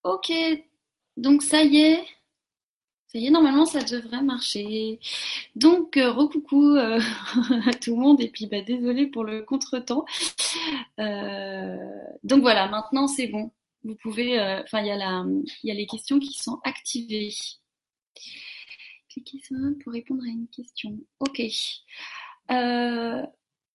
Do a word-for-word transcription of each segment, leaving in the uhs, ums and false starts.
Ok, donc ça y est, ça y est, normalement ça devrait marcher. Donc, euh, recoucou euh, à tout le monde et puis bah, désolé pour le contretemps. Euh, donc voilà, maintenant c'est bon. Vous pouvez, euh, enfin il y a la, il y a les questions qui sont activées. Cliquez sur un pour répondre à une question. Ok. Euh,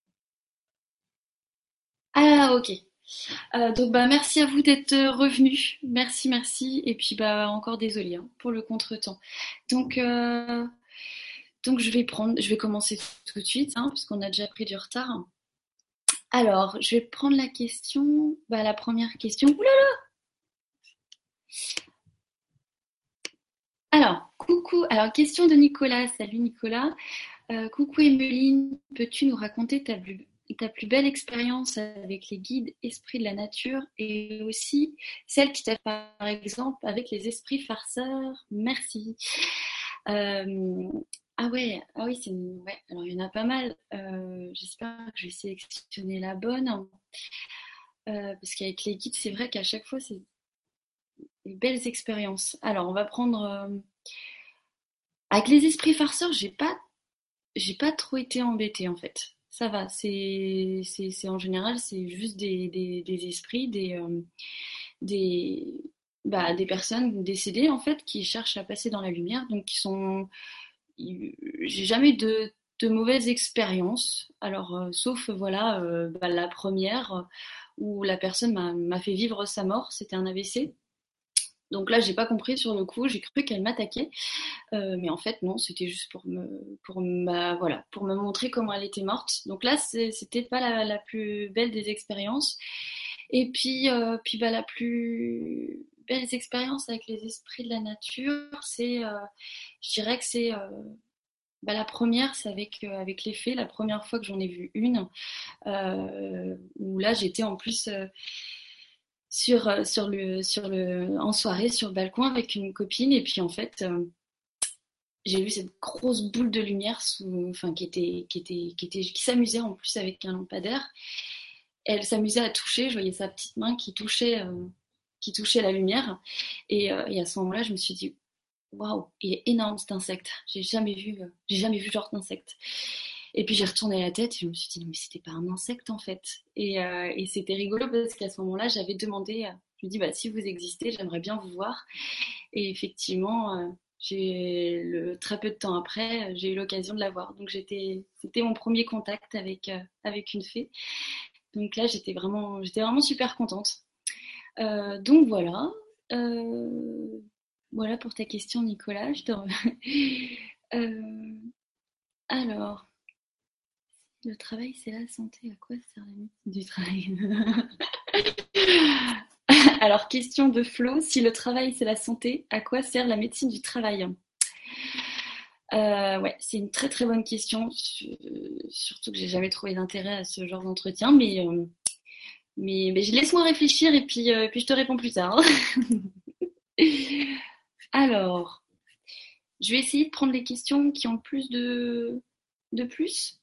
ah ok. Euh, donc bah merci à vous d'être revenu. Merci, merci. Et puis bah encore désolé hein, pour le contretemps. Donc euh, donc je vais prendre, je vais commencer tout de suite hein, puisqu'on a déjà pris du retard. Alors je vais prendre la question, bah la première question. Oula. Alors coucou. Alors question de Nicolas. Salut Nicolas. Euh, coucou Emeline. Peux-tu nous raconter ta plus ta plus belle expérience avec les guides esprits de la nature et aussi celle qui t'a fait par exemple avec les esprits farceurs. Merci. Euh, ah ouais, ah oui, c'est une- ouais. Alors il y en a pas mal. Euh, j'espère que je vais sélectionner la bonne. Euh, parce qu'avec les guides, c'est vrai qu'à chaque fois, c'est des belles expériences. Alors on va prendre euh, avec les esprits farceurs, j'ai pas j'ai pas trop été embêtée en fait. Ça va, c'est c'est c'est en général, c'est juste des, des, des esprits, des euh, des bah, des personnes décédées en fait qui cherchent à passer dans la lumière, donc qui sont j'ai jamais eu de, de mauvaises expériences. Alors, euh, sauf voilà, euh, bah, la première euh, où la personne m'a m'a fait vivre sa mort, c'était un A V C. Donc là, j'ai pas compris sur le coup, j'ai cru qu'elle m'attaquait, euh, mais en fait non, c'était juste pour me, pour ma, voilà, pour me montrer comment elle était morte. Donc là, c'était pas la, la plus belle des expériences. Et puis, euh, puis bah la plus belle expérience avec les esprits de la nature, c'est, euh, je dirais que c'est euh, bah, la première, c'est avec, euh, avec les fées, la première fois que j'en ai vu une, euh, où là j'étais en plus euh, sur, euh, sur le, sur le, en soirée sur le balcon avec une copine, et puis en fait euh, j'ai vu cette grosse boule de lumière sous, enfin, qui, était, qui, était, qui, était, qui s'amusait en plus avec un lampadaire. Elle s'amusait à toucher, je voyais sa petite main qui touchait, euh, qui touchait la lumière, et, euh, et à ce moment-là je me suis dit waouh, il est énorme cet insecte. J'ai jamais vu, euh, j'ai jamais vu ce genre d'insecte. Et puis j'ai retourné la tête et je me suis dit non mais c'était pas un insecte en fait. Et, euh, et c'était rigolo parce qu'à ce moment-là j'avais demandé, euh, je me dis bah si vous existez j'aimerais bien vous voir. Et effectivement euh, j'ai le très peu de temps après j'ai eu l'occasion de la voir. Donc j'étais, c'était mon premier contact avec euh, avec une fée. Donc là j'étais vraiment, j'étais vraiment super contente. Euh, donc voilà. Euh, voilà pour ta question, Nicolas. Je te re- Euh, alors, le travail, c'est la santé. À quoi sert la médecine du travail? Alors, question de Flo. Si le travail, c'est la santé, à quoi sert la médecine du travail? Euh, ouais, c'est une très très bonne question. Euh, Surtout que j'ai jamais trouvé d'intérêt à ce genre d'entretien, mais, euh, mais, mais je laisse-moi réfléchir et puis, euh, puis je te réponds plus tard. Alors, je vais essayer de prendre les questions qui ont plus de, de plus.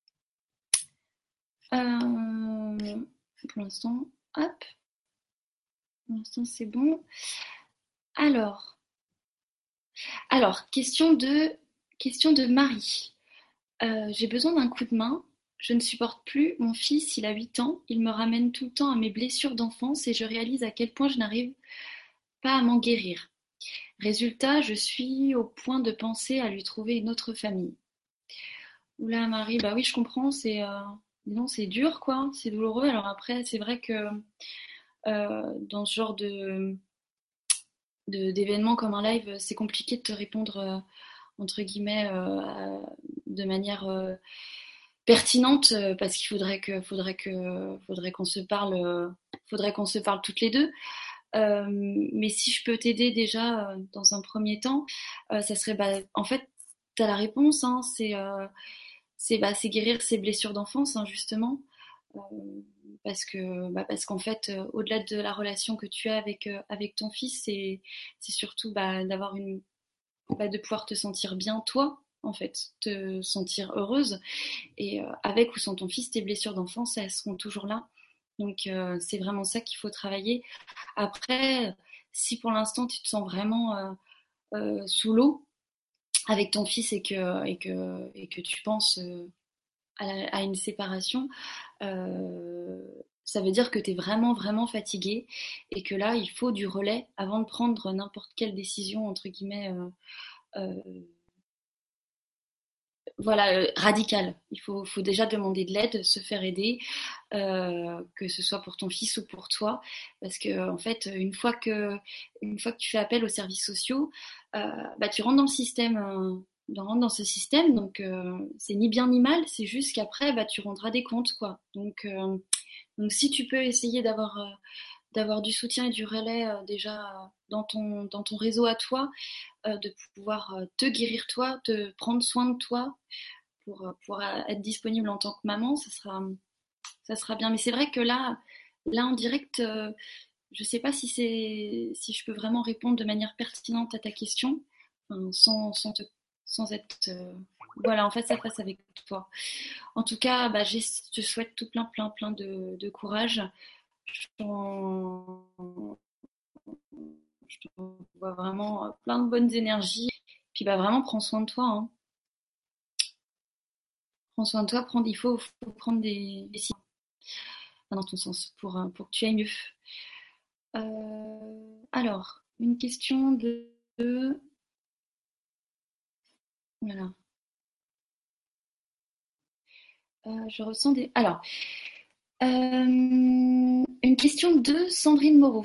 Euh, pour l'instant, hop, pour l'instant c'est bon. Alors, alors question de, question de Marie. Euh, j'ai besoin d'un coup de main. Je ne supporte plus mon fils, il a huit ans. Il me ramène tout le temps à mes blessures d'enfance et je réalise à quel point je n'arrive pas à m'en guérir. Résultat, je suis au point de penser à lui trouver une autre famille. Oula Marie, bah oui je comprends, c'est euh, non, c'est dur quoi, c'est douloureux. Alors après c'est vrai que euh, dans ce genre de de- d'événements comme un live, c'est compliqué de te répondre euh, entre guillemets euh, à- de manière euh, pertinente euh, parce qu'il faudrait que faudrait que faudrait qu'on se parle euh, faudrait qu'on se parle toutes les deux. Euh, mais si je peux t'aider déjà euh, dans un premier temps, euh, ça serait bah, en fait t'as la réponse, hein, c'est euh, c'est bah, c'est guérir ses blessures d'enfance hein, justement. Euh, parce que bah, parce qu'en fait euh, au-delà de la relation que tu as avec euh, avec ton fils, c'est c'est surtout bah, d'avoir une bah, de pouvoir te sentir bien toi en fait, te sentir heureuse et euh, avec ou sans ton fils, tes blessures d'enfance elles seront toujours là. Donc euh, c'est vraiment ça qu'il faut travailler. Après si pour l'instant tu te sens vraiment euh, euh, sous l'eau avec ton fils et que, et que, et que tu penses euh, à, la- à une séparation, euh, ça veut dire que tu es vraiment, vraiment fatigué et que là, il faut du relais avant de prendre n'importe quelle décision, entre guillemets, euh, euh, voilà, euh, radicale. Il faut, faut déjà demander de l'aide, se faire aider, euh, que ce soit pour ton fils ou pour toi, parce que en fait, une fois que, une fois que tu fais appel aux services sociaux, euh, bah, tu rentres dans le système. Euh, tu rentres dans ce système, donc euh, c'est ni bien ni mal, c'est juste qu'après, bah, tu rendras des comptes, quoi. Donc, euh, donc si tu peux essayer d'avoir euh, d'avoir du soutien et du relais euh, déjà euh, dans ton, dans ton réseau à toi, euh, de pouvoir euh, te guérir toi, te prendre soin de toi pour euh, pouvoir être disponible en tant que maman, ça sera, ça sera bien. Mais c'est vrai que là, là en direct, euh, je sais pas si c'est, si je peux vraiment répondre de manière pertinente à ta question, enfin, sans, sans, te, sans être, euh, voilà, en face à face avec toi. En tout cas, bah, je te souhaite tout plein, plein, plein de, de courage. Je t'en- je t'envoie vraiment euh, plein de bonnes énergies. Puis bah vraiment, prends soin de toi. Hein. Prends soin de toi. Prends, il faut, faut prendre des décisions dans ton sens pour, euh, pour que tu ailles mieux. Euh, alors, une question de... de- Voilà. Euh, je ressens des... Alors, euh, une question de Sandrine Moreau.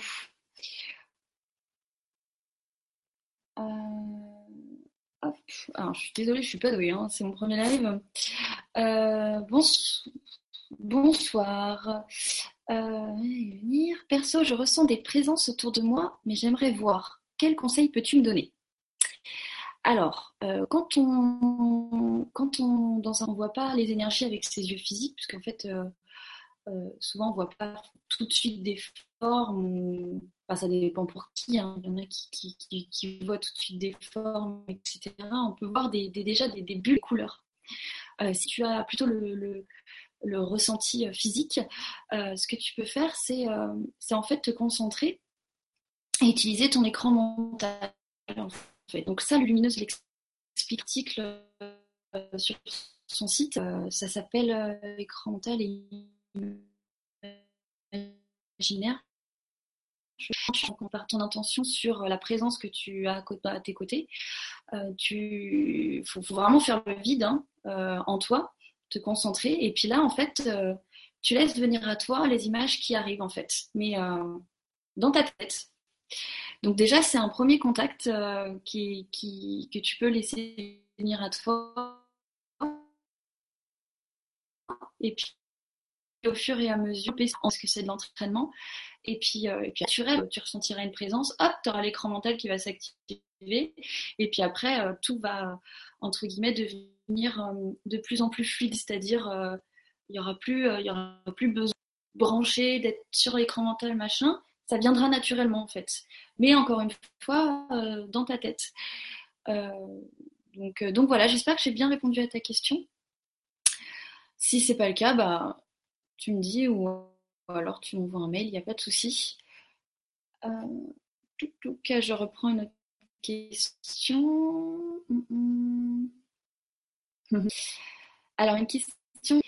Euh, hop. Alors, je suis désolée, je suis pas douée, hein, c'est mon premier live. Euh, bons- Bonsoir. Euh, venir. Perso, je ressens des présences autour de moi, mais j'aimerais voir. Quels conseils peux-tu me donner? Alors, euh, quand on, quand on, dans un, on voit pas les énergies avec ses yeux physiques, puisqu'en fait, euh, euh, souvent on voit pas tout de suite des formes. ou- Enfin, ça dépend pour qui. Hein. Il y en a qui, qui, qui, qui voient tout de suite des formes, et cetera. On peut voir des, des- déjà des, des bulles de couleurs. Euh, si tu as plutôt le, le, le ressenti euh, physique, euh, ce que tu peux faire, c'est euh, c'est en fait te concentrer et utiliser ton écran mental. En fait. Donc ça, le Lumineuse l'explique article euh, sur son site. Euh, ça s'appelle euh, écran mental et imaginaire. Tu compares ton intention sur la présence que tu as à tes côtés. Euh, tu faut, faut vraiment faire le vide hein, euh, en toi, te concentrer. Et puis là, en fait, euh, tu laisses venir à toi les images qui arrivent en fait, mais euh, dans ta tête. Donc déjà, c'est un premier contact euh, qui, qui, que tu peux laisser venir à toi. Et puis au fur et à mesure, parce que c'est de l'entraînement, et puis, euh, et puis naturel, tu ressentiras une présence, hop, tu auras l'écran mental qui va s'activer, et puis après, euh, tout va, entre guillemets, devenir euh, de plus en plus fluide, c'est-à-dire, euh, il n'y aura, plus, euh, il y aura plus besoin de brancher, d'être sur l'écran mental, machin, ça viendra naturellement, en fait. Mais encore une fois, euh, dans ta tête. Euh, donc, euh, donc voilà, j'espère que j'ai bien répondu à ta question. Si c'est pas le cas, bah, tu me dis ou alors tu m'envoies un mail, il n'y a pas de souci. Euh, tout, tout cas, je reprends une autre question. Hum, hum. Alors, une question.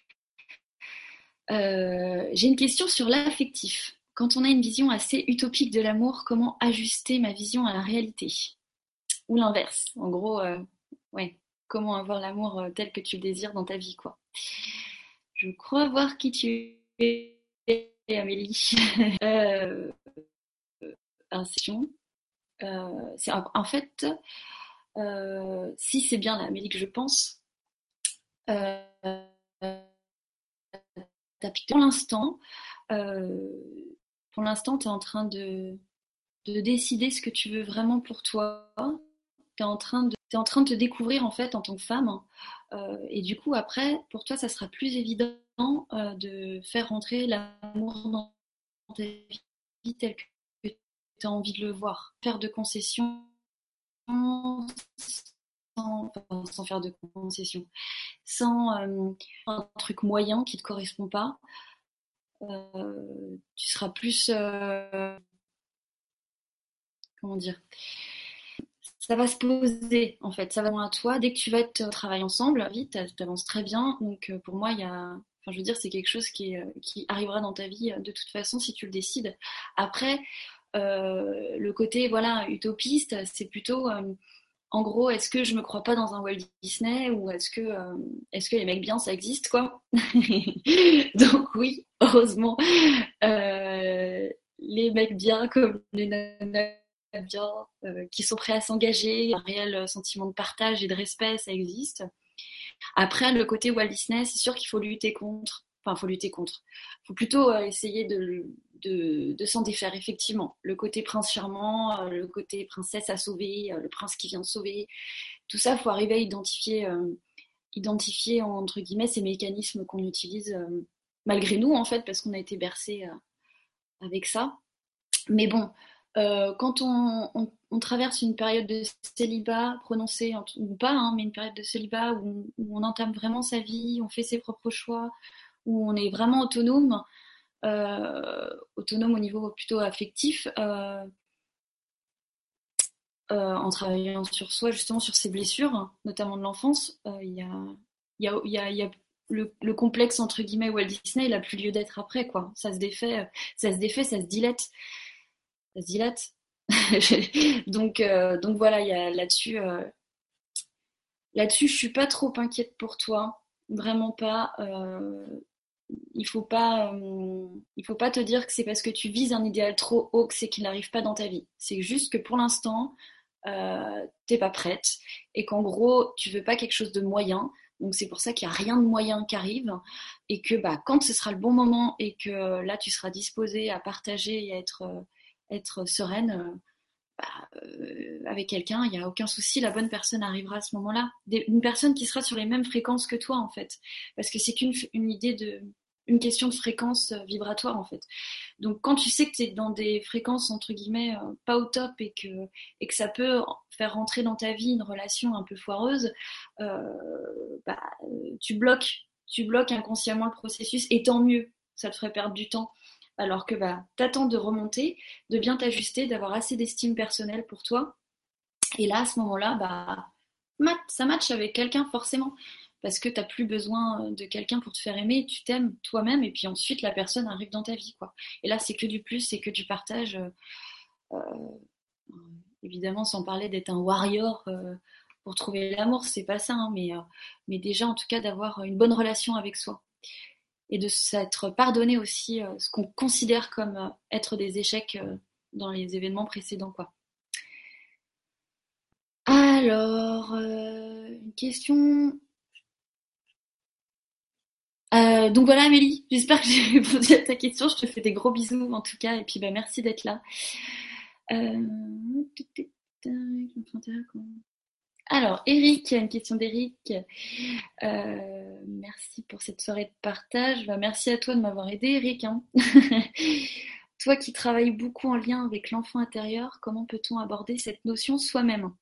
Euh, j'ai une question sur l'affectif. Quand on a une vision assez utopique de l'amour, comment ajuster ma vision à la réalité? Ou l'inverse. En gros, euh, ouais, comment avoir l'amour euh, tel que tu le désires dans ta vie, quoi. Je crois voir qui tu es, Amélie. euh, euh, c'est en, en fait, euh, si c'est bien l'Amélie que je pense, euh, pour l'instant, euh, pour l'instant, tu es en train de, de décider ce que tu veux vraiment pour toi. Tu es en train de, t'es en train de te découvrir en fait en tant que femme. Euh, et du coup, après, pour toi, ça sera plus évident euh, de faire rentrer l'amour dans ta vie tel que tu as envie de le voir. Faire de concessions sans, enfin, sans faire de concessions, sans euh, un truc moyen qui ne te correspond pas. Euh, tu seras plus, euh, comment dire, ça va se poser en fait, ça va venir à toi. Dès que tu vas être au travail ensemble, vite, tu avances très bien. Donc euh, pour moi, il y a, enfin je veux dire, c'est quelque chose qui, est, qui arrivera dans ta vie euh, de toute façon si tu le décides. Après, euh, le côté voilà utopiste, c'est plutôt euh, en gros, est-ce que je me crois pas dans un Walt Disney ou est-ce que, euh, est-ce que les mecs bien ça existe quoi. Donc oui, heureusement, euh, les mecs bien comme les nanas bien, euh, qui sont prêts à s'engager, un réel sentiment de partage et de respect, ça existe. Après, le côté Walt Disney, c'est sûr qu'il faut lutter contre. Enfin, il faut lutter contre. Il faut plutôt euh, essayer de, de, de s'en défaire, effectivement. Le côté prince charmant, euh, le côté princesse à sauver, euh, le prince qui vient de sauver. Tout ça, il faut arriver à identifier, euh, identifier, entre guillemets, ces mécanismes qu'on utilise euh, malgré nous, en fait, parce qu'on a été bercé euh, avec ça. Mais bon, euh, quand on, on, on traverse une période de célibat prononcée, ou pas, hein, mais une période de célibat où, où on entame vraiment sa vie, on fait ses propres choix, où on est vraiment autonome, euh, autonome au niveau plutôt affectif, euh, euh, en travaillant sur soi, justement sur ses blessures, notamment de l'enfance, euh, il y a, il y a, il y a, il y a le, le complexe entre guillemets Walt Disney, il a plus lieu d'être après, quoi. Ça se défait, ça se défait, ça se dilate, ça se dilate. donc, euh, donc voilà, il y a là-dessus, euh, là-dessus, je suis pas trop inquiète pour toi, vraiment pas. Euh, il faut pas, euh, il faut pas te dire que c'est parce que tu vises un idéal trop haut que c'est qu'il n'arrive pas dans ta vie. C'est juste que pour l'instant, euh, t'es pas prête et qu'en gros, tu veux pas quelque chose de moyen. Donc c'est pour ça qu'il n'y a rien de moyen qui arrive et que bah, quand ce sera le bon moment et que là tu seras disposée à partager et à être, euh, être sereine, euh, bah, euh, avec quelqu'un, il n'y a aucun souci, la bonne personne arrivera à ce moment-là. Des, une personne qui sera sur les mêmes fréquences que toi, en fait. Parce que c'est qu'une une idée de. Une question de fréquence euh, vibratoire, en fait. Donc, quand tu sais que tu es dans des fréquences, entre guillemets, euh, pas au top et que, et que ça peut faire rentrer dans ta vie une relation un peu foireuse, euh, bah, euh, tu bloques. Tu bloques inconsciemment le processus, et tant mieux, ça te ferait perdre du temps. Alors que bah, t'attends de remonter, de bien t'ajuster, d'avoir assez d'estime personnelle pour toi. Et là, à ce moment-là, bah, ça match avec quelqu'un forcément. Parce que t'as plus besoin de quelqu'un pour te faire aimer, tu t'aimes toi-même, et puis ensuite la personne arrive dans ta vie, quoi. Et là, c'est que du plus, c'est que du partage. Euh, évidemment, sans parler d'être un warrior euh, pour trouver l'amour, c'est pas ça, hein, mais, euh, mais déjà, en tout cas, d'avoir une bonne relation avec soi et de s'être pardonné aussi euh, ce qu'on considère comme euh, être des échecs euh, dans les événements précédents, quoi. Alors, euh, une question. Euh, donc voilà Amélie, j'espère que j'ai répondu à ta question. Je te fais des gros bisous en tout cas, et puis bah, merci d'être là. Euh... Alors, Eric, une question d'Eric. Euh, merci pour cette soirée de partage. Bah, merci à toi de m'avoir aidé, Eric, hein. Toi qui travailles beaucoup en lien avec l'enfant intérieur, comment peut-on aborder cette notion soi-même?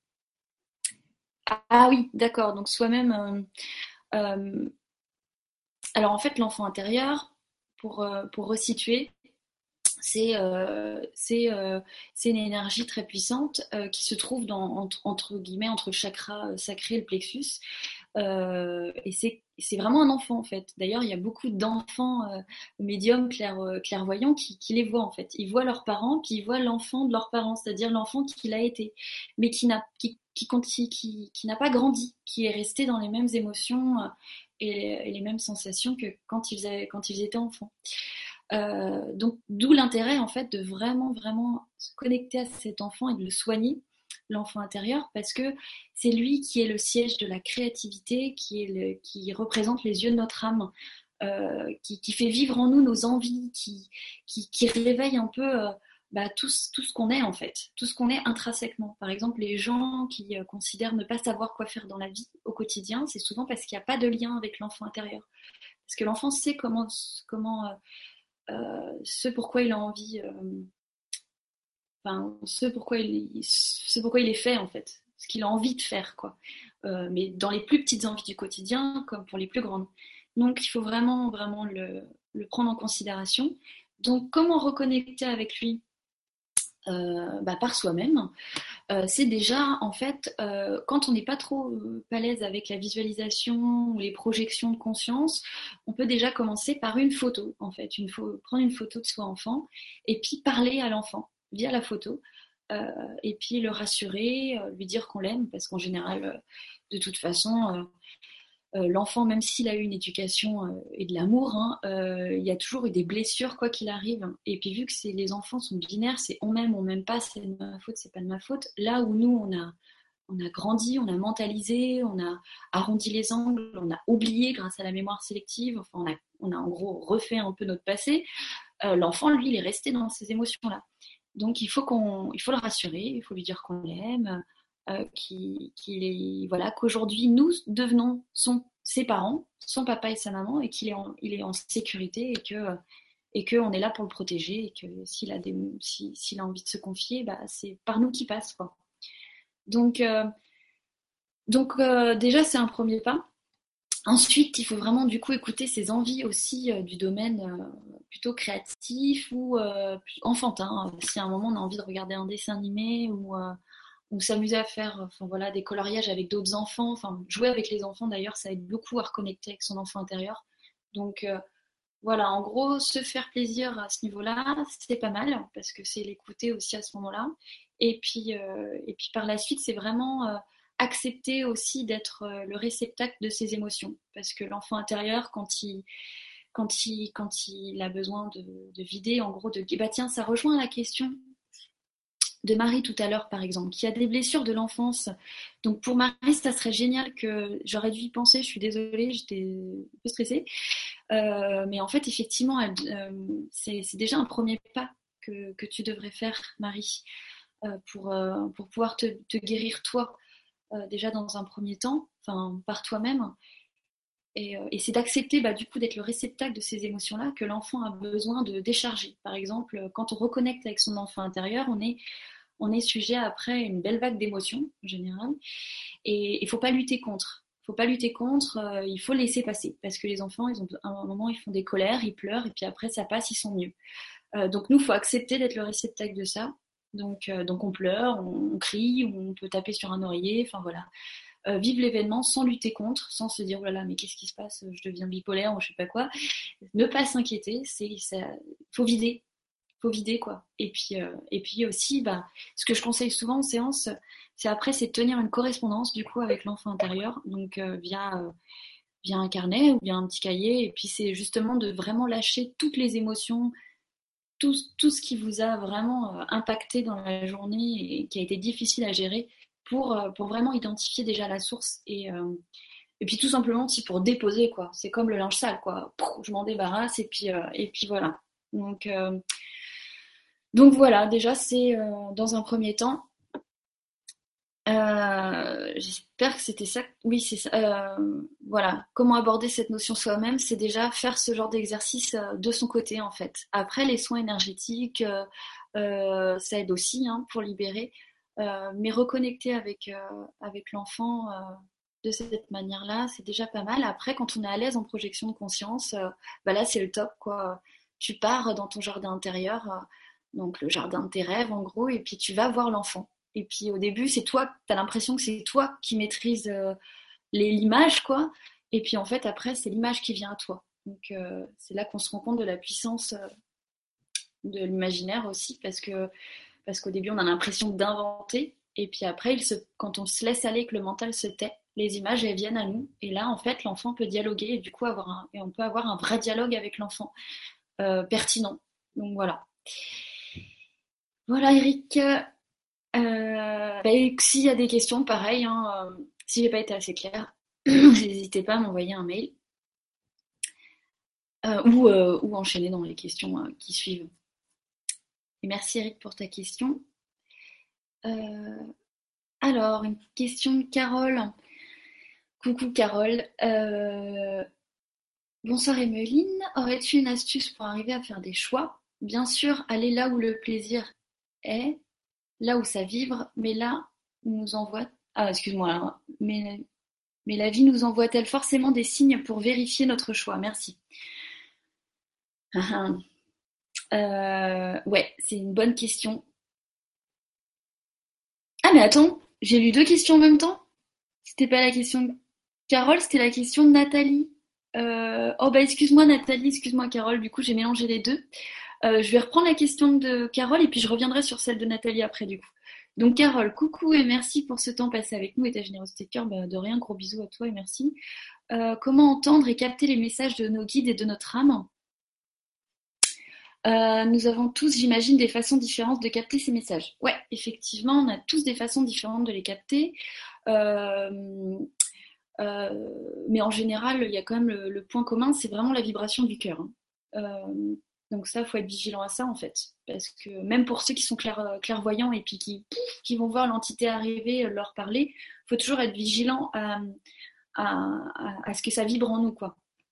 Ah oui, d'accord, donc soi-même. euh, euh, alors en fait, l'enfant intérieur, pour, euh, pour resituer, c'est euh, c'est euh, c'est une énergie très puissante euh, qui se trouve dans, entre, entre guillemets entre le chakra sacré et le plexus. Euh, et c'est c'est vraiment un enfant en fait. D'ailleurs, il y a beaucoup d'enfants euh, médiums clair, euh, clairvoyants qui, qui les voient en fait. Ils voient leurs parents, puis ils voient l'enfant de leurs parents, c'est-à-dire l'enfant qui l'a été, mais qui n'a qui, qui, qui, qui, qui n'a pas grandi, qui est resté dans les mêmes émotions euh, et, et les mêmes sensations que quand ils, avaient, quand ils étaient enfants. Euh, donc d'où l'intérêt en fait de vraiment vraiment se connecter à cet enfant et de le soigner, l'enfant intérieur, parce que c'est lui qui est le siège de la créativité, qui, est le, qui représente les yeux de notre âme, euh, qui, qui fait vivre en nous nos envies, qui, qui, qui réveille un peu euh, bah, tout, tout ce qu'on est en fait, tout ce qu'on est intrinsèquement. Par exemple, les gens qui euh, considèrent ne pas savoir quoi faire dans la vie au quotidien, c'est souvent parce qu'il n'y a pas de lien avec l'enfant intérieur. Parce que l'enfant sait comment, comment euh, euh, ce pourquoi il a envie, euh, enfin, ce pourquoi il, ce pourquoi il est fait en fait, ce qu'il a envie de faire, quoi. Euh, mais dans les plus petites envies du quotidien, comme pour les plus grandes. Donc, il faut vraiment, vraiment le, le prendre en considération. Donc, comment reconnecter avec lui? euh, bah, par soi-même, euh, c'est déjà en fait euh, quand on n'est pas trop euh, à l'aise avec la visualisation ou les projections de conscience, on peut déjà commencer par une photo en fait, une pho- prendre une photo de soi enfant et puis parler à l'enfant via la photo. Euh, et puis le rassurer, euh, lui dire qu'on l'aime, parce qu'en général, euh, de toute façon, euh, euh, l'enfant, même s'il a eu une éducation euh, et de l'amour, hein, euh, il y a toujours eu des blessures quoi qu'il arrive. Et puis vu que c'est, les enfants sont binaires, c'est on m'aime, on m'aime pas, c'est de ma faute, c'est pas de ma faute. Là où nous, on a, on a grandi, on a mentalisé, on a arrondi les angles, on a oublié grâce à la mémoire sélective, enfin on a, on a en gros refait un peu notre passé, euh, l'enfant, lui, il est resté dans ces émotions-là. Donc il faut qu'on, il faut le rassurer, il faut lui dire qu'on l'aime, euh, qu'il, qu'il est, voilà, qu'aujourd'hui nous devenons son, ses parents, son papa et sa maman, et qu'il est en, il est en sécurité et que et qu'on est là pour le protéger et que s'il a des, si, s'il a envie de se confier, bah, c'est par nous qu'il passe, quoi. Donc euh, donc euh, déjà c'est un premier pas. Ensuite, il faut vraiment du coup écouter ses envies aussi euh, du domaine euh, plutôt créatif ou euh, enfantin. Si à un moment on a envie de regarder un dessin animé ou, euh, ou s'amuser à faire enfin, voilà, des coloriages avec d'autres enfants, enfin jouer avec les enfants d'ailleurs, ça aide beaucoup à reconnecter avec son enfant intérieur. Donc euh, voilà, en gros, se faire plaisir à ce niveau-là, c'est pas mal parce que c'est l'écouter aussi à ce moment-là. Et puis, euh, et puis par la suite, c'est vraiment euh, accepter aussi d'être euh, le réceptacle de ses émotions. Parce que l'enfant intérieur, quand il, quand il, quand il a besoin de, de vider, en gros, de. Bah tiens, ça rejoint la question de Marie tout à l'heure, par exemple, qui a des blessures de l'enfance. Donc pour Marie, ça serait génial que j'aurais dû y penser. Je suis désolée, j'étais un peu stressée. Euh, mais en fait, effectivement, elle, euh, c'est, c'est déjà un premier pas que, que tu devrais faire, Marie, euh, pour, euh, pour pouvoir te, te guérir toi, euh, déjà dans un premier temps, enfin par toi-même. Et, euh, et c'est d'accepter bah, du coup d'être le réceptacle de ces émotions-là que l'enfant a besoin de décharger. Par exemple, quand on reconnecte avec son enfant intérieur, on est, on est sujet après une belle vague d'émotions en général. Et il ne faut pas lutter contre. Il faut pas lutter contre, euh, il faut laisser passer. Parce que les enfants, ils ont, à un moment, ils font des colères, ils pleurent, et puis après, ça passe, ils sont mieux. Euh, donc nous, il faut accepter d'être le réceptacle de ça. Donc, euh, donc on pleure, on, on crie, on peut taper sur un oreiller, enfin voilà. Euh, vivre l'événement sans lutter contre, sans se dire, oh là là, mais qu'est-ce qui se passe, je deviens bipolaire ou je sais pas quoi. Ne pas s'inquiéter, c'est, ça, faut vider, faut vider quoi. Et puis, euh, et puis aussi, bah, ce que je conseille souvent en séance, c'est après, c'est de tenir une correspondance du coup avec l'enfant intérieur, donc euh, via, euh, via un carnet ou bien un petit cahier. Et puis c'est justement de vraiment lâcher toutes les émotions, tout, tout ce qui vous a vraiment euh, impacté dans la journée et qui a été difficile à gérer pour, euh, pour vraiment identifier déjà la source et, euh, et puis tout simplement aussi pour déposer quoi. C'est comme le linge sale quoi. Je m'en débarrasse et puis, euh, et puis voilà. Donc, euh, donc voilà, déjà c'est euh, dans un premier temps. Euh, j'espère que c'était ça. Oui, c'est ça. Euh, voilà. Comment aborder cette notion soi-même, c'est déjà faire ce genre d'exercice euh, de son côté, en fait. Après, les soins énergétiques, euh, euh, ça aide aussi hein, pour libérer. Euh, mais reconnecter avec, euh, avec l'enfant euh, de cette manière-là, c'est déjà pas mal. Après, quand on est à l'aise en projection de conscience, euh, bah là, c'est le top, quoi. Tu pars dans ton jardin intérieur, euh, donc le jardin de tes rêves, en gros, et puis tu vas voir l'enfant. Et puis au début, c'est toi, tu as l'impression que c'est toi qui maîtrise euh, l'image, quoi. Et puis en fait, après, c'est l'image qui vient à toi. Donc euh, c'est là qu'on se rend compte de la puissance euh, de l'imaginaire aussi, parce que parce qu'au début, on a l'impression d'inventer. Et puis après, il se, quand on se laisse aller, que le mental se tait, les images, elles viennent à nous. Et là, en fait, l'enfant peut dialoguer et du coup, avoir un, et on peut avoir un vrai dialogue avec l'enfant euh, pertinent. Donc voilà. Voilà, Eric. Euh, bah, s'il y a des questions, pareil, hein, euh, si j'ai pas été assez claire, n'hésitez pas à m'envoyer un mail euh, ou, euh, ou enchaîner dans les questions euh, qui suivent. Et merci Eric pour ta question. Euh, alors, une question de Carole. Coucou Carole. Euh, bonsoir Emeline. Aurais-tu une astuce pour arriver à faire des choix? Bien sûr, aller là où le plaisir est, là où ça vibre, mais là où nous envoie. Ah, excuse-moi. Alors, mais Mais la vie nous envoie-t-elle forcément des signes pour vérifier notre choix? Merci. Ah, ah. Euh, ouais, c'est une bonne question. Ah mais attends, j'ai lu deux questions en même temps. C'était pas la question de Carole, c'était la question de Nathalie. Euh, Oh bah excuse-moi Nathalie, excuse-moi Carole, du coup j'ai mélangé les deux. Euh, je vais reprendre la question de Carole et puis je reviendrai sur celle de Nathalie après du coup. Donc Carole, coucou et merci pour ce temps passé avec nous et ta générosité de cœur. Bah, de rien, gros bisous à toi et merci. Euh, comment entendre et capter les messages de nos guides et de notre âme? Euh, nous avons tous, j'imagine, des façons différentes de capter ces messages. Ouais, effectivement, on a tous des façons différentes de les capter. Euh, euh, mais en général, il y a quand même le, le point commun, c'est vraiment la vibration du cœur, hein. Euh, donc ça, il faut être vigilant à ça en fait. Parce que même pour ceux qui sont clair, clairvoyants et puis qui, pouf, qui vont voir l'entité arriver, euh, leur parler, il faut toujours être vigilant à, à, à, à ce que ça vibre en nous, quoi.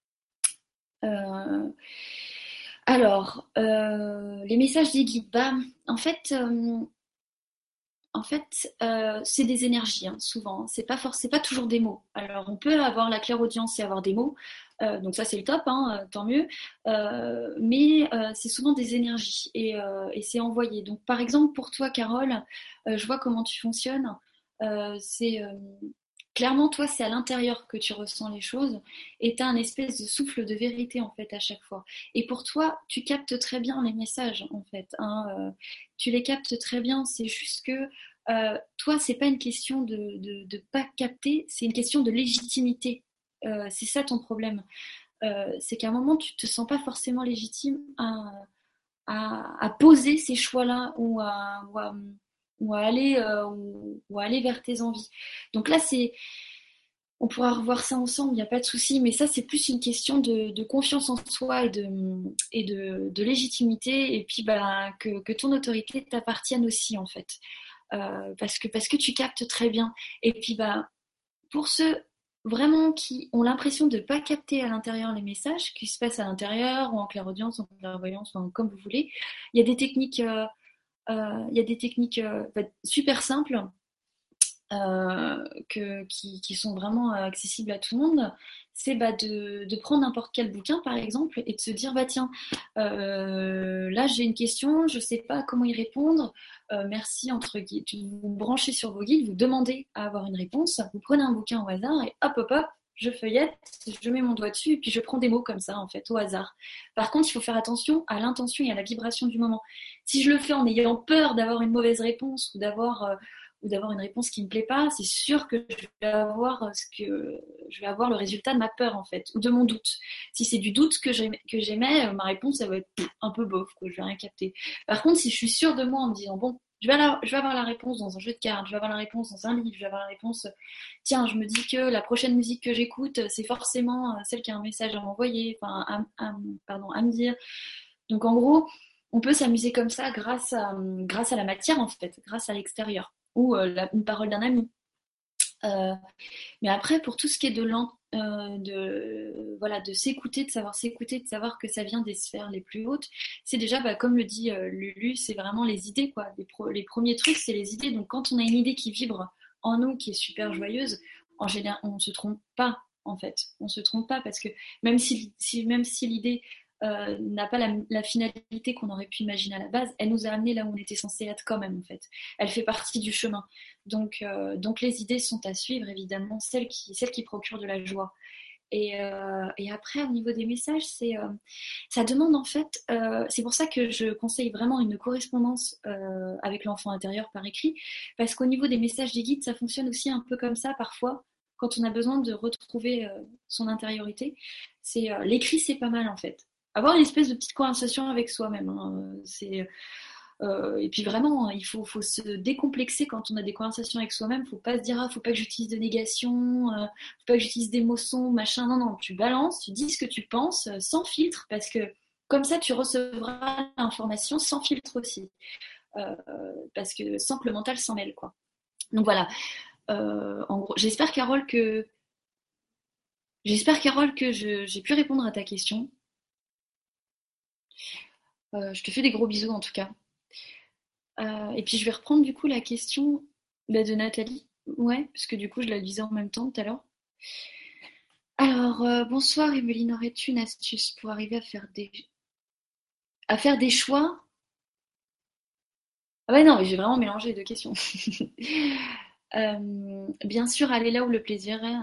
Euh, alors, euh, les messages des guides, bah, en fait, euh, en fait, euh, c'est des énergies, hein, souvent, hein. C'est pas forc- c'est pas toujours des mots. Alors, on peut avoir la clairaudience et avoir des mots, euh, donc ça c'est le top, hein, euh, tant mieux. Euh, mais euh, c'est souvent des énergies et, euh, et c'est envoyé. Donc, par exemple, pour toi, Carole, euh, je vois comment tu fonctionnes. Euh, c'est euh, clairement toi, c'est à l'intérieur que tu ressens les choses et tu as un espèce de souffle de vérité en fait à chaque fois. Et pour toi, tu captes très bien les messages en fait, hein, euh, tu les captes très bien. C'est juste que euh, toi, c'est pas une question de, de, de pas capter, c'est une question de légitimité. Euh, c'est ça ton problème. Euh, c'est qu'à un moment, tu te sens pas forcément légitime à, à, à poser ces choix-là ou à, ou à, ou à aller, euh, ou, ou à aller vers tes envies. Donc là, c'est, on pourra revoir ça ensemble, il n'y a pas de souci, mais ça, c'est plus une question de, de confiance en soi et de, et de, de légitimité, et puis bah, que, que ton autorité t'appartienne aussi, en fait. Euh, parce que, parce que tu captes très bien. Et puis, bah, pour ceux vraiment qui ont l'impression de ne pas capter à l'intérieur les messages qui se passent à l'intérieur, ou en clairaudience, en clairvoyance, ou en, comme vous voulez, il y a des techniques, euh, euh, il y a des techniques euh, bah, super simples euh, que, qui, qui sont vraiment euh, accessibles à tout le monde, c'est bah, de, de prendre n'importe quel bouquin par exemple et de se dire bah tiens euh, là j'ai une question, je sais pas comment y répondre, euh, merci entre guillemets, vous vous branchez sur vos guides, vous demandez à avoir une réponse, vous prenez un bouquin au hasard et hop hop hop je feuillette, je mets mon doigt dessus et puis je prends des mots comme ça en fait au hasard. Par contre il faut faire attention à l'intention et à la vibration du moment. Si je le fais en ayant peur d'avoir une mauvaise réponse ou d'avoir euh, ou d'avoir une réponse qui me plaît pas, c'est sûr que je vais avoir ce que je vais avoir le résultat de ma peur en fait, ou de mon doute. Si c'est du doute que j'émets, que j'émets, ma réponse ça va être un peu bof, quoi, je vais rien capter. Par contre, si je suis sûre de moi en me disant bon, je vais, avoir, je vais avoir la réponse dans un jeu de cartes, je vais avoir la réponse dans un livre, je vais avoir la réponse. Tiens, je me dis que la prochaine musique que j'écoute, c'est forcément celle qui a un message à m'envoyer, enfin, à, à, pardon, à me dire. Donc en gros, on peut s'amuser comme ça grâce à, grâce à la matière en fait, grâce à l'extérieur ou euh, la, une parole d'un ami. Euh, mais après, pour tout ce qui est de, l'en- euh, de, voilà, de s'écouter, de savoir s'écouter, de savoir que ça vient des sphères les plus hautes, c'est déjà, bah, comme le dit euh, Lulu, c'est vraiment les idées, quoi. Les, pro- les premiers trucs, c'est les idées. Donc quand on a une idée qui vibre en nous, qui est super joyeuse, en général, on ne se trompe pas, en fait. On se trompe pas parce que même si, si, même si l'idée euh, n'a pas la, la finalité qu'on aurait pu imaginer à la base, elle nous a amené là où on était censé être quand même, en fait. Elle fait partie du chemin. Donc, euh, donc les idées sont à suivre, évidemment, celles qui, celles qui procurent de la joie. Et, euh, et après, au niveau des messages, c'est, euh, ça demande en fait, euh, c'est pour ça que je conseille vraiment une correspondance euh, avec l'enfant intérieur par écrit, parce qu'au niveau des messages des guides, ça fonctionne aussi un peu comme ça parfois, quand on a besoin de retrouver euh, son intériorité. C'est, euh, l'écrit, c'est pas mal en fait. Avoir une espèce de petite conversation avec soi-même, hein, c'est euh, et puis vraiment, il faut, faut se décomplexer quand on a des conversations avec soi-même. Faut pas se dire, ah, faut pas que j'utilise de négation, euh, faut pas que j'utilise d'émotions, machin. Non, non, tu balances, tu dis ce que tu penses, euh, sans filtre, parce que comme ça, tu recevras l'information sans filtre aussi. Euh, parce que sans que le mental s'en mêle, quoi. Donc voilà. Euh, en gros, j'espère, Carole, que j'espère, Carole, que je- j'ai pu répondre à ta question. Euh, je te fais des gros bisous en tout cas. Euh, et puis je vais reprendre du coup la question bah, de Nathalie. Ouais, parce que du coup je la lisais en même temps tout à l'heure. Alors, euh, bonsoir Emeline, aurais-tu une astuce pour arriver à faire des, à faire des choix Ah ouais, non, mais j'ai vraiment mélangé les deux questions. Euh, bien sûr, aller là où le plaisir est,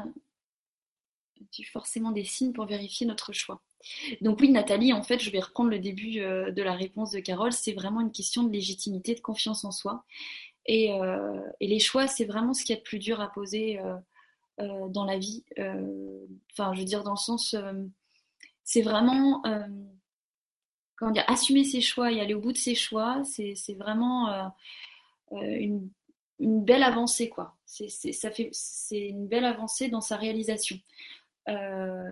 tu forcément des signes pour vérifier notre choix. Donc oui, Nathalie, en fait, je vais reprendre le début euh, de la réponse de Carole. C'est vraiment une question de légitimité, de confiance en soi. Et, euh, et les choix, c'est vraiment ce qui est le plus dur à poser euh, euh, dans la vie. Euh, Enfin, je veux dire, dans le sens, euh, c'est vraiment, euh, comment dire, assumer ses choix et aller au bout de ses choix. C'est c'est vraiment euh, euh, une, une belle avancée, quoi. C'est c'est- ça fait, c'est une belle avancée dans sa réalisation. Euh,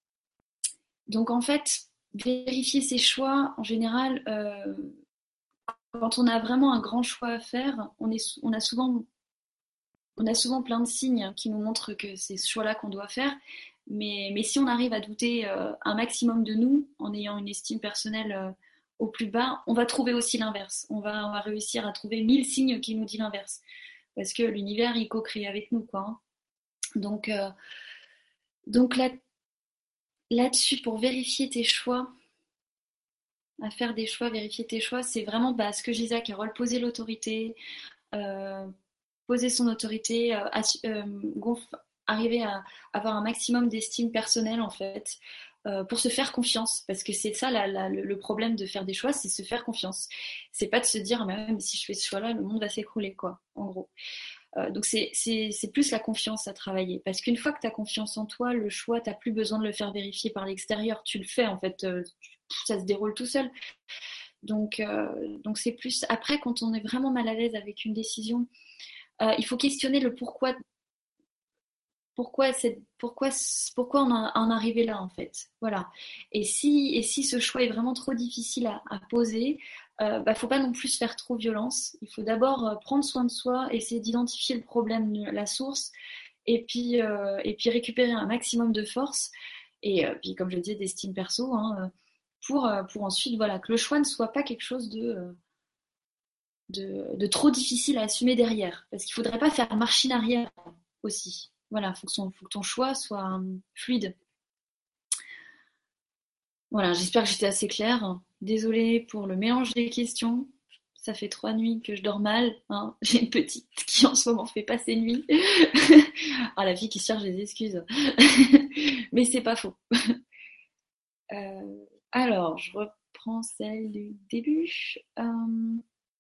donc en fait, vérifier ses choix, en général, euh, quand on a vraiment un grand choix à faire, on, est, on, a souvent, on a souvent plein de signes qui nous montrent que c'est ce choix-là qu'on doit faire. Mais, mais si on arrive à douter euh, un maximum de nous, en ayant une estime personnelle euh, au plus bas, on va trouver aussi l'inverse. On va, on va réussir à trouver mille signes qui nous disent l'inverse. Parce que l'univers, il co-crée avec nous, quoi. Hein. Donc, euh, donc là, là-dessus, pour vérifier tes choix, à faire des choix, vérifier tes choix, c'est vraiment bah, ce que je disais à Carole, poser l'autorité, euh, poser son autorité, euh, euh, gonf- arriver à avoir un maximum d'estime personnelle en fait, euh, pour se faire confiance. Parce que c'est ça la- la- le le problème de faire des choix, c'est se faire confiance. C'est pas de se dire, mais, ouais, mais si je fais ce choix-là, le monde va s'écrouler, quoi, en gros. Euh, donc c'est, c'est, c'est plus la confiance à travailler. Parce qu'une fois que tu as confiance en toi, le choix, tu n'as plus besoin de le faire vérifier par l'extérieur. Tu le fais, en fait, euh, ça se déroule tout seul. Donc, euh, donc c'est plus après, quand on est vraiment mal à l'aise avec une décision, euh, il faut questionner le pourquoi, pourquoi, c'est, pourquoi, pourquoi on en, en arrivé là en fait. Voilà. Et si, et si ce choix est vraiment trop difficile à, à poser, euh, bah, faut pas non plus se faire trop violence. Il faut d'abord euh, prendre soin de soi, essayer d'identifier le problème, la source, et puis, euh, et puis récupérer un maximum de force. Et euh, puis, comme je le disais, d'estime perso, hein, euh, pour, euh, pour ensuite voilà, que le choix ne soit pas quelque chose de, euh, de, de trop difficile à assumer derrière. Parce qu'il ne faudrait pas faire machine arrière aussi. Voilà, il faut, faut que ton choix soit euh, fluide. Voilà, j'espère que j'étais assez claire. Désolée pour le mélange des questions. Ça fait trois nuits que je dors mal. Hein. J'ai une petite qui en ce moment fait pas ses nuits. Ah, la fille qui cherche des excuses. Mais c'est pas faux. Euh, alors, je reprends celle du début. Euh,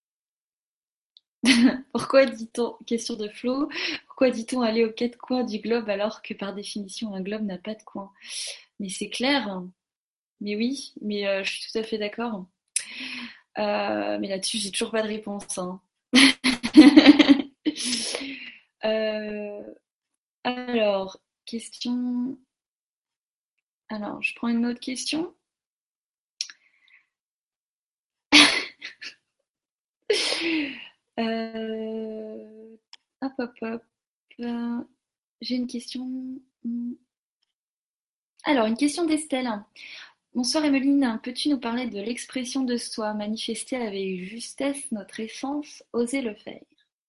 Pourquoi dit-on, question de Flo, pourquoi dit-on aller aux quatre coins du globe alors que par définition un globe n'a pas de coin? Mais c'est clair, hein. Mais oui, mais euh, je suis tout à fait d'accord. Euh, mais là-dessus, j'ai toujours pas de réponse. Hein. Euh, alors, question. Alors, je prends une autre question. Euh, Hop, hop, hop. Euh, J'ai une question. Hmm. Alors, une question d'Estelle. Bonsoir Emeline, peux-tu nous parler de l'expression de soi, manifester avec justesse notre essence, oser le faire?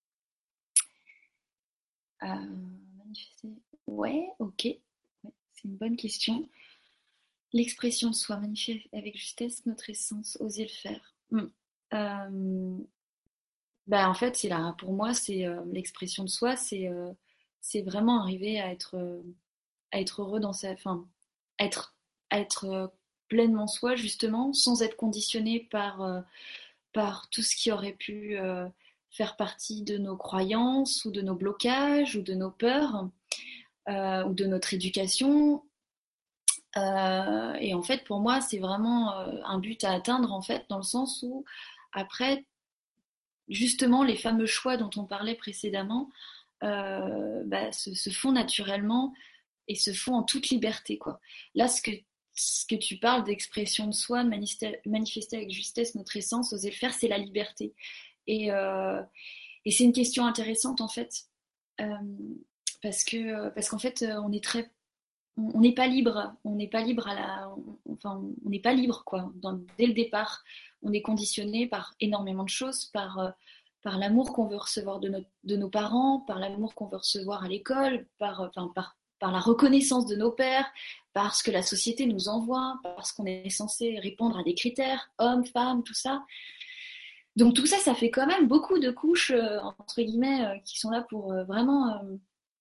Euh, manifester. Ouais, ok. Ouais, c'est une bonne question. L'expression de soi, manifester avec justesse notre essence, oser le faire. Hmm. Euh, bah, en fait, c'est là, pour moi, c'est euh, l'expression de soi, c'est euh, c'est vraiment arriver à être, euh, à être heureux dans sa, enfin, être, à être euh, pleinement soi justement, sans être conditionné par euh, par tout ce qui aurait pu euh, faire partie de nos croyances ou de nos blocages ou de nos peurs euh, ou de notre éducation. Euh, et en fait, pour moi, c'est vraiment euh, un but à atteindre en fait, dans le sens où après, justement, les fameux choix dont on parlait précédemment euh, bah, se, se font naturellement et se font en toute liberté, quoi. Là, ce que ce que tu parles d'expression de soi, de manifester, manifester avec justesse notre essence, oser le faire, c'est la liberté. Et, euh, et c'est une question intéressante en fait, euh, parce que parce qu'en fait euh, on est très, on n'est pas libre, on n'est pas libre à la, on, enfin on n'est pas libre quoi. Dans, dès le départ, on est conditionné par énormément de choses, par euh, par l'amour qu'on veut recevoir de, notre, de nos parents, par l'amour qu'on veut recevoir à l'école, par, enfin, par, par la reconnaissance de nos pères, par ce que la société nous envoie, parce qu'on est censé répondre à des critères, hommes, femmes, tout ça. Donc tout ça, ça fait quand même beaucoup de couches, euh, entre guillemets, euh, qui sont là pour euh, vraiment euh,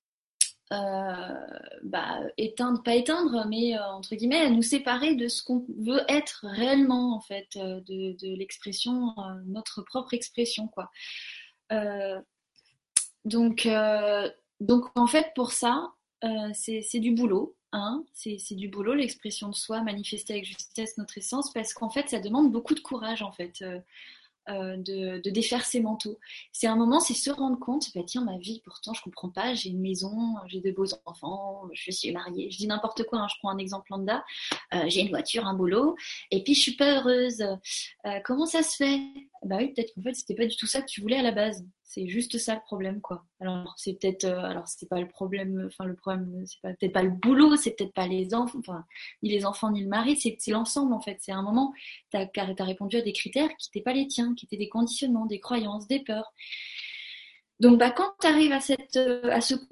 euh, bah, éteindre, pas éteindre, mais euh, entre guillemets, nous séparer de ce qu'on veut être réellement, en fait, euh, de, de l'expression, euh, notre propre expression, quoi. Euh, donc, euh, donc, en fait, pour ça, euh, c'est c'est du boulot. Hein, c'est c'est du boulot, l'expression de soi, manifester avec justesse notre essence, parce qu'en fait, ça demande beaucoup de courage, en fait. Euh, euh, de, de défaire ses manteaux. C'est un moment, c'est se rendre compte, bah tiens, ma vie, pourtant, je comprends pas, j'ai une maison, j'ai de beaux enfants, je suis mariée, je dis n'importe quoi, hein, je prends un exemple lambda, euh, j'ai une voiture, un boulot, et puis je suis pas heureuse. Euh, comment ça se fait? Bah oui, peut-être qu'en fait, c'était pas du tout ça que tu voulais à la base. C'est juste ça le problème, quoi. Alors, c'est peut-être, euh, alors c'était pas le problème, enfin, le problème, c'est pas, peut-être pas le boulot, c'est peut-être pas les enfants, enfin, ni les enfants, ni le mari, c'est, c'est l'ensemble, en fait. C'est un moment, t'as, t'as répondu à des critères qui n'étaient pas les tiens, qui étaient des conditionnements, des croyances, des peurs. Donc, bah, quand tu arrives à, cette, euh, à ce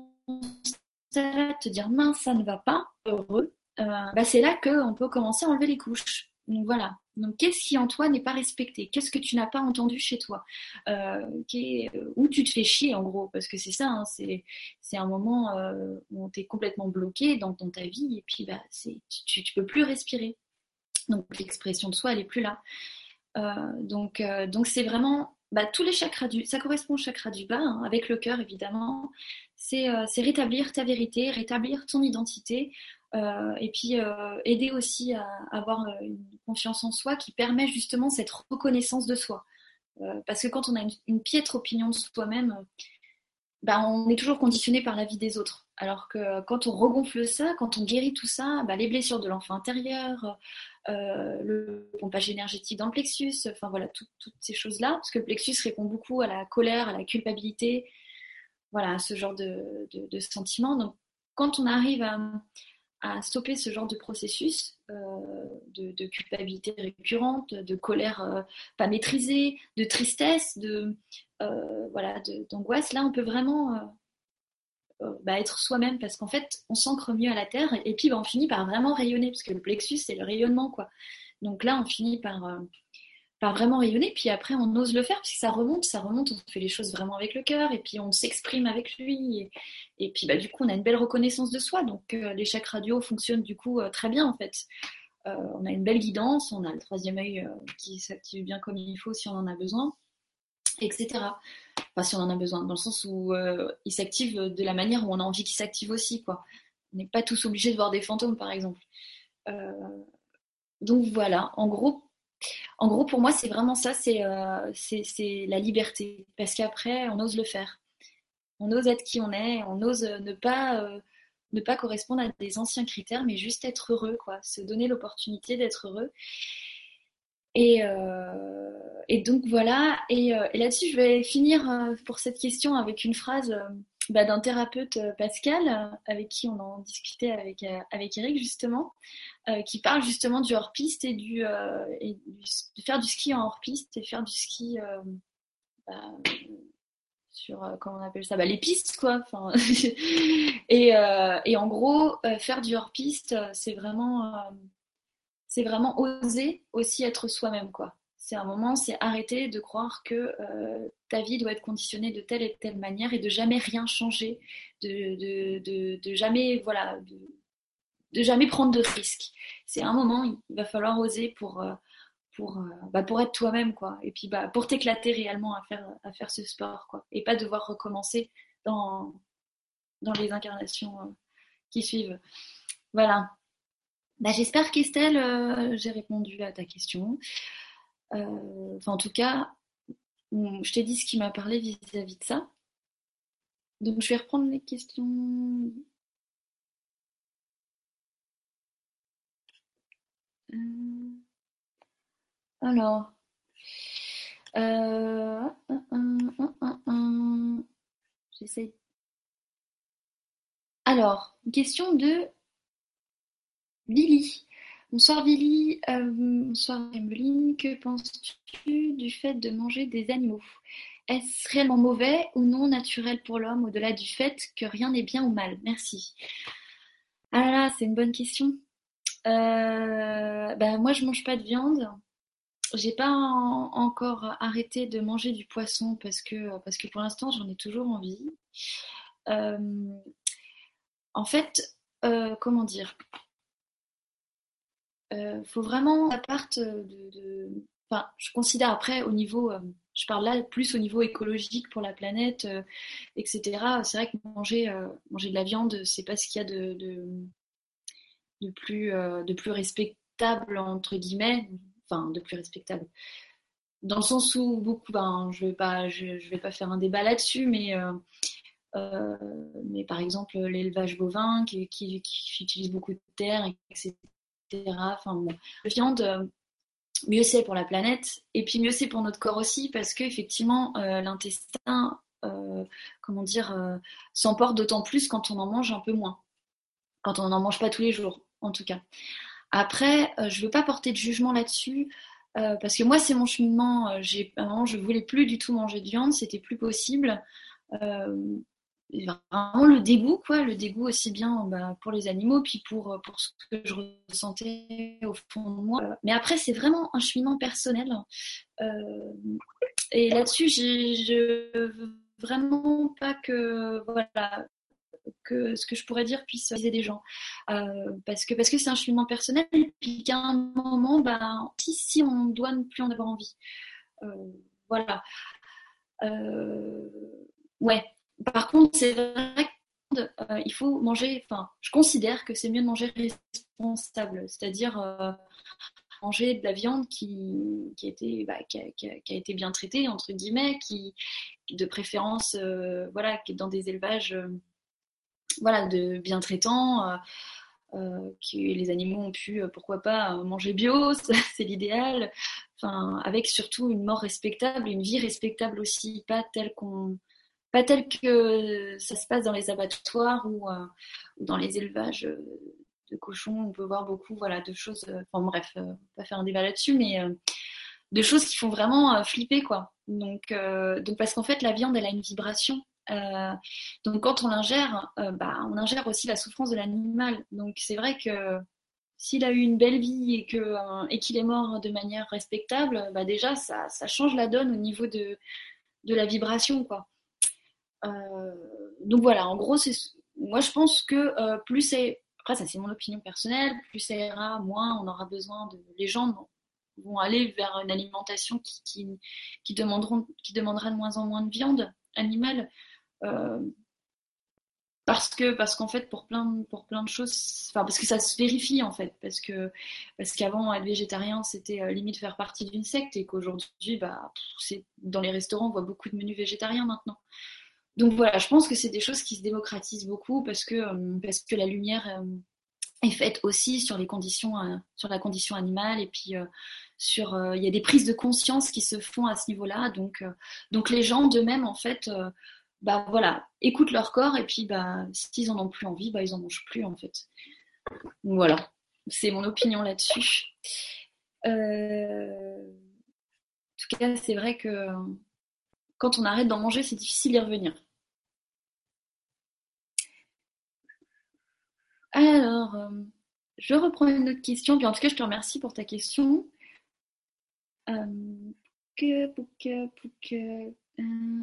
constat, te dire mince, ça ne va pas, heureux, euh, bah, c'est là qu'on peut commencer à enlever les couches. Donc voilà. Donc qu'est-ce qui en toi n'est pas respecté? Qu'est-ce que tu n'as pas entendu chez toi? euh, Où tu te fais chier en gros? Parce que c'est ça, hein, c'est, c'est un moment euh, où tu es complètement bloqué dans, dans, ta vie et puis bah, c'est, tu, tu peux plus respirer. Donc l'expression de soi, elle est plus là. Euh, donc, euh, donc c'est vraiment bah, tous les chakras du, ça correspond au chakra du bas, hein, avec le cœur évidemment. C'est euh, c'est rétablir ta vérité, rétablir ton identité, euh, et puis euh, aider aussi à, à avoir euh, une confiance en soi qui permet justement cette reconnaissance de soi. Euh, parce que quand on a une, une piètre opinion de soi-même, bah, on est toujours conditionné par la vie des autres. Alors que quand on regonfle ça, quand on guérit tout ça, bah, les blessures de l'enfant intérieur, euh, le pompage énergétique dans le plexus, enfin voilà, tout, toutes ces choses-là, parce que le plexus répond beaucoup à la colère, à la culpabilité, voilà, à ce genre de, de, de sentiments. Donc quand on arrive à, à stopper ce genre de processus euh, de, de, culpabilité récurrente, de colère euh, pas maîtrisée, de tristesse, de euh, voilà, de, d'angoisse, là on peut vraiment euh, euh, bah, être soi-même parce qu'en fait on s'ancre mieux à la terre et puis bah, on finit par vraiment rayonner parce que le plexus c'est le rayonnement quoi. Donc là on finit par euh, par vraiment rayonner, puis après on ose le faire, parce que ça remonte, ça remonte, on fait les choses vraiment avec le cœur, et puis on s'exprime avec lui, et, et puis bah, du coup on a une belle reconnaissance de soi, donc euh, les chakras du haut fonctionnent du coup euh, très bien en fait. Euh, on a une belle guidance, on a le troisième œil euh, qui s'active bien comme il faut si on en a besoin, et cetera. Enfin si on en a besoin, dans le sens où euh, il s'active de la manière où on a envie qu'il s'active aussi, quoi. On n'est pas tous obligés de voir des fantômes par exemple. Euh, donc voilà, en gros, En gros, pour moi, c'est vraiment ça, c'est euh, c'est c'est la liberté. Parce qu'après, on ose le faire. On ose être qui on est, on ose euh, ne pas, euh, ne pas correspondre à des anciens critères, mais juste être heureux, quoi. Se donner l'opportunité d'être heureux. Et, euh, et donc voilà. Et, euh, et là-dessus, je vais finir euh, pour cette question avec une phrase euh, bah, d'un thérapeute euh, Pascal, euh, avec qui on en discutait avec, euh, avec Eric justement, euh, qui parle justement du hors-piste et, du, euh, et du, de faire du ski en hors-piste et faire du ski euh, bah, sur, euh, comment on appelle ça, bah, les pistes quoi. Enfin, et, euh, et en gros, euh, faire du hors-piste, euh, c'est vraiment, euh, c'est vraiment oser aussi être soi-même quoi. C'est un moment, c'est arrêter de croire que euh, ta vie doit être conditionnée de telle et telle manière et de jamais rien changer, de, de, de, de jamais, voilà, de, de jamais prendre de risques. C'est un moment, il va falloir oser pour, euh, pour, euh, bah, pour être toi-même, quoi. Et puis bah, pour t'éclater réellement à faire, à faire ce sport, quoi. Et pas devoir recommencer dans, dans les incarnations euh, qui suivent. Voilà. Bah, j'espère qu'Estelle, euh, j'ai répondu à ta question. Euh, Enfin, en tout cas, je t'ai dit ce qui m'a parlé vis-à-vis de ça. Donc, je vais reprendre les questions. Euh, alors, euh, un, un, un, un, j'essaie. Alors, une question de Billy. Bonsoir Billy, euh, bonsoir Emeline. Que penses-tu du fait de manger des animaux? Est-ce réellement mauvais ou non naturel pour l'homme au-delà du fait que rien n'est bien ou mal? Merci. Ah là là, c'est une bonne question. Euh, bah, moi, je mange pas de viande. j'ai pas en- encore arrêté de manger du poisson parce que, parce que pour l'instant j'en ai toujours envie. Euh, En fait, euh, comment dire, euh, faut vraiment ça parte de, de- enfin, je considère après au niveau, euh, je parle là plus au niveau écologique pour la planète, euh, et cetera. C'est vrai que manger, euh, manger de la viande, c'est pas ce qu'il y a de, de, de plus, euh, de plus respectable entre guillemets, enfin de plus respectable. Dans le sens où beaucoup, ben, je vais pas, je, je vais pas faire un débat là-dessus, mais euh, euh, mais par exemple l'élevage bovin qui, qui, qui utilise beaucoup de terre, et cetera. Enfin bon, la viande, euh, mieux c'est pour la planète, et puis mieux c'est pour notre corps aussi, parce qu'effectivement euh, l'intestin, euh, comment dire, euh, s'emporte d'autant plus quand on en mange un peu moins, quand on n'en mange pas tous les jours, en tout cas. Après, euh, je veux pas porter de jugement là-dessus. Euh, parce que moi, c'est mon cheminement. Euh, J'ai, à un moment, je voulais plus du tout manger de viande, c'était plus possible. Euh, Vraiment le dégoût, quoi, le dégoût aussi bien bah, pour les animaux, puis pour, pour ce que je ressentais au fond de moi. Euh, mais après, c'est vraiment un cheminement personnel. Euh, et là-dessus, j'ai- je veux vraiment pas que, voilà, que ce que je pourrais dire puisse viser des gens. Euh, parce que parce que c'est un cheminement personnel, et puis qu'à un moment, bah, si, si on doit ne plus en avoir envie. Euh, voilà. Euh, ouais. Par contre, c'est vrai qu'il euh, faut manger, enfin, je considère que c'est mieux de manger responsable, c'est-à-dire euh, manger de la viande qui, qui, a été, bah, qui, a, qui, a, qui, a, été bien traitée, entre guillemets, qui, de préférence, euh, voilà, qui est dans des élevages euh, voilà, de bien traitants, euh, euh, que les animaux ont pu, euh, pourquoi pas, euh, manger bio, c'est l'idéal. Enfin, avec surtout une mort respectable, une vie respectable aussi, pas telle qu'on, pas telle que ça se passe dans les abattoirs ou, euh, ou dans les élevages de cochons. On peut voir beaucoup, voilà, de choses. Euh, enfin bref, euh, on va pas faire un débat là-dessus, mais euh, de choses qui font vraiment euh, flipper, quoi. Donc, euh, donc parce qu'en fait, la viande, elle a une vibration. Euh, donc quand on l'ingère, euh, bah, on ingère aussi la souffrance de l'animal. Donc c'est vrai que s'il a eu une belle vie et que euh, et qu'il est mort de manière respectable, bah déjà ça, ça change la donne au niveau de, de la vibration, quoi. Euh, donc voilà, en gros, c'est moi je pense que euh, plus c'est après ça c'est mon opinion personnelle, plus ça ira, moins on aura besoin de les gens vont aller vers une alimentation qui, qui, qui demanderont qui demandera de moins en moins de viande animale. Euh, parce que parce qu'en fait pour plein de, pour plein de choses, enfin parce que ça se vérifie en fait, parce que parce qu'avant être végétarien c'était euh, limite faire partie d'une secte, et qu'aujourd'hui bah c'est dans les restaurants on voit beaucoup de menus végétariens maintenant. Donc voilà, je pense que c'est des choses qui se démocratisent beaucoup, parce que euh, parce que la lumière euh, est faite aussi sur les conditions euh, sur la condition animale, et puis euh, sur euh, il y a des prises de conscience qui se font à ce niveau-là, donc euh, donc les gens d'eux-mêmes en fait euh, bah voilà, écoutent leur corps, et puis bah s'ils en ont plus envie, bah ils en mangent plus en fait. Donc voilà, c'est mon opinion là-dessus. Euh, En tout cas, c'est vrai que quand on arrête d'en manger, c'est difficile d'y revenir. Alors, euh, je reprends une autre question. Puis en tout cas, je te remercie pour ta question. Euh, que, pour que, pour que, euh,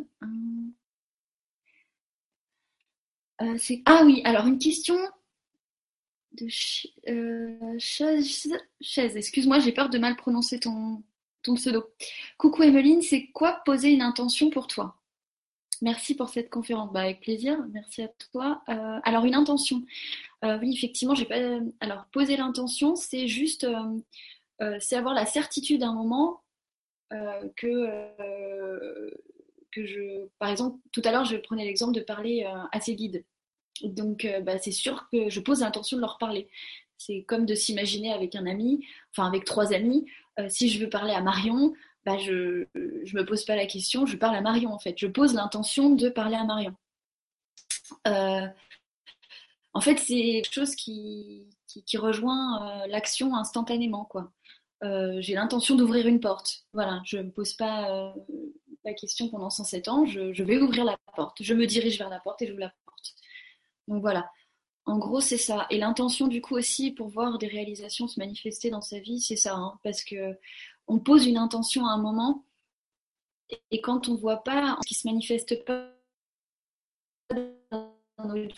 euh, c'est... Ah oui, alors une question de ch- euh, chaise, chaise. Excuse-moi, j'ai peur de mal prononcer ton, ton pseudo. Coucou Emeline, c'est quoi poser une intention pour toi? Merci pour cette conférence. Bah, avec plaisir, merci à toi. Euh, alors, une intention. Euh, oui, effectivement, j'ai pas. Alors, poser l'intention, c'est juste. Euh, euh, c'est avoir la certitude à un moment euh, que, euh, que je. Par exemple, tout à l'heure, je prenais l'exemple de parler euh, à ses guides. Donc, euh, bah, c'est sûr que je pose l'intention de leur parler. C'est comme de s'imaginer avec un ami, enfin avec trois amis. Euh, si je veux parler à Marion, bah, je ne me pose pas la question, je parle à Marion en fait. Je pose l'intention de parler à Marion. Euh, En fait, c'est quelque chose qui, qui, qui rejoint euh, l'action instantanément, quoi. Euh, j'ai l'intention d'ouvrir une porte. Voilà, je ne me pose pas euh, la question pendant cent sept ans, je, je vais ouvrir la porte. Je me dirige vers la porte et j'ouvre la porte. Donc voilà, en gros, c'est ça. Et l'intention, du coup, aussi, pour voir des réalisations se manifester dans sa vie, c'est ça. Hein, parce que on pose une intention à un moment, et quand on ne voit pas, ce qui ne se manifeste pas dans notre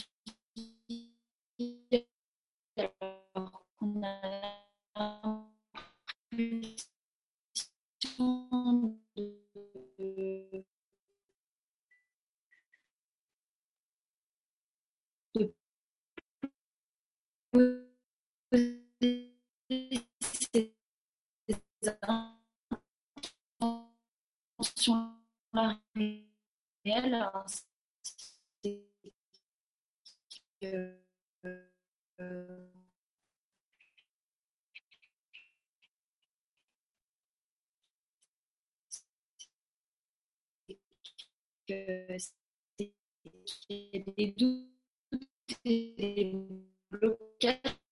vie, alors qu'on a l'impression de, de poser ces intentions-là réelles, c'est que euh, que c'est qu'il y a des doutes et des blocages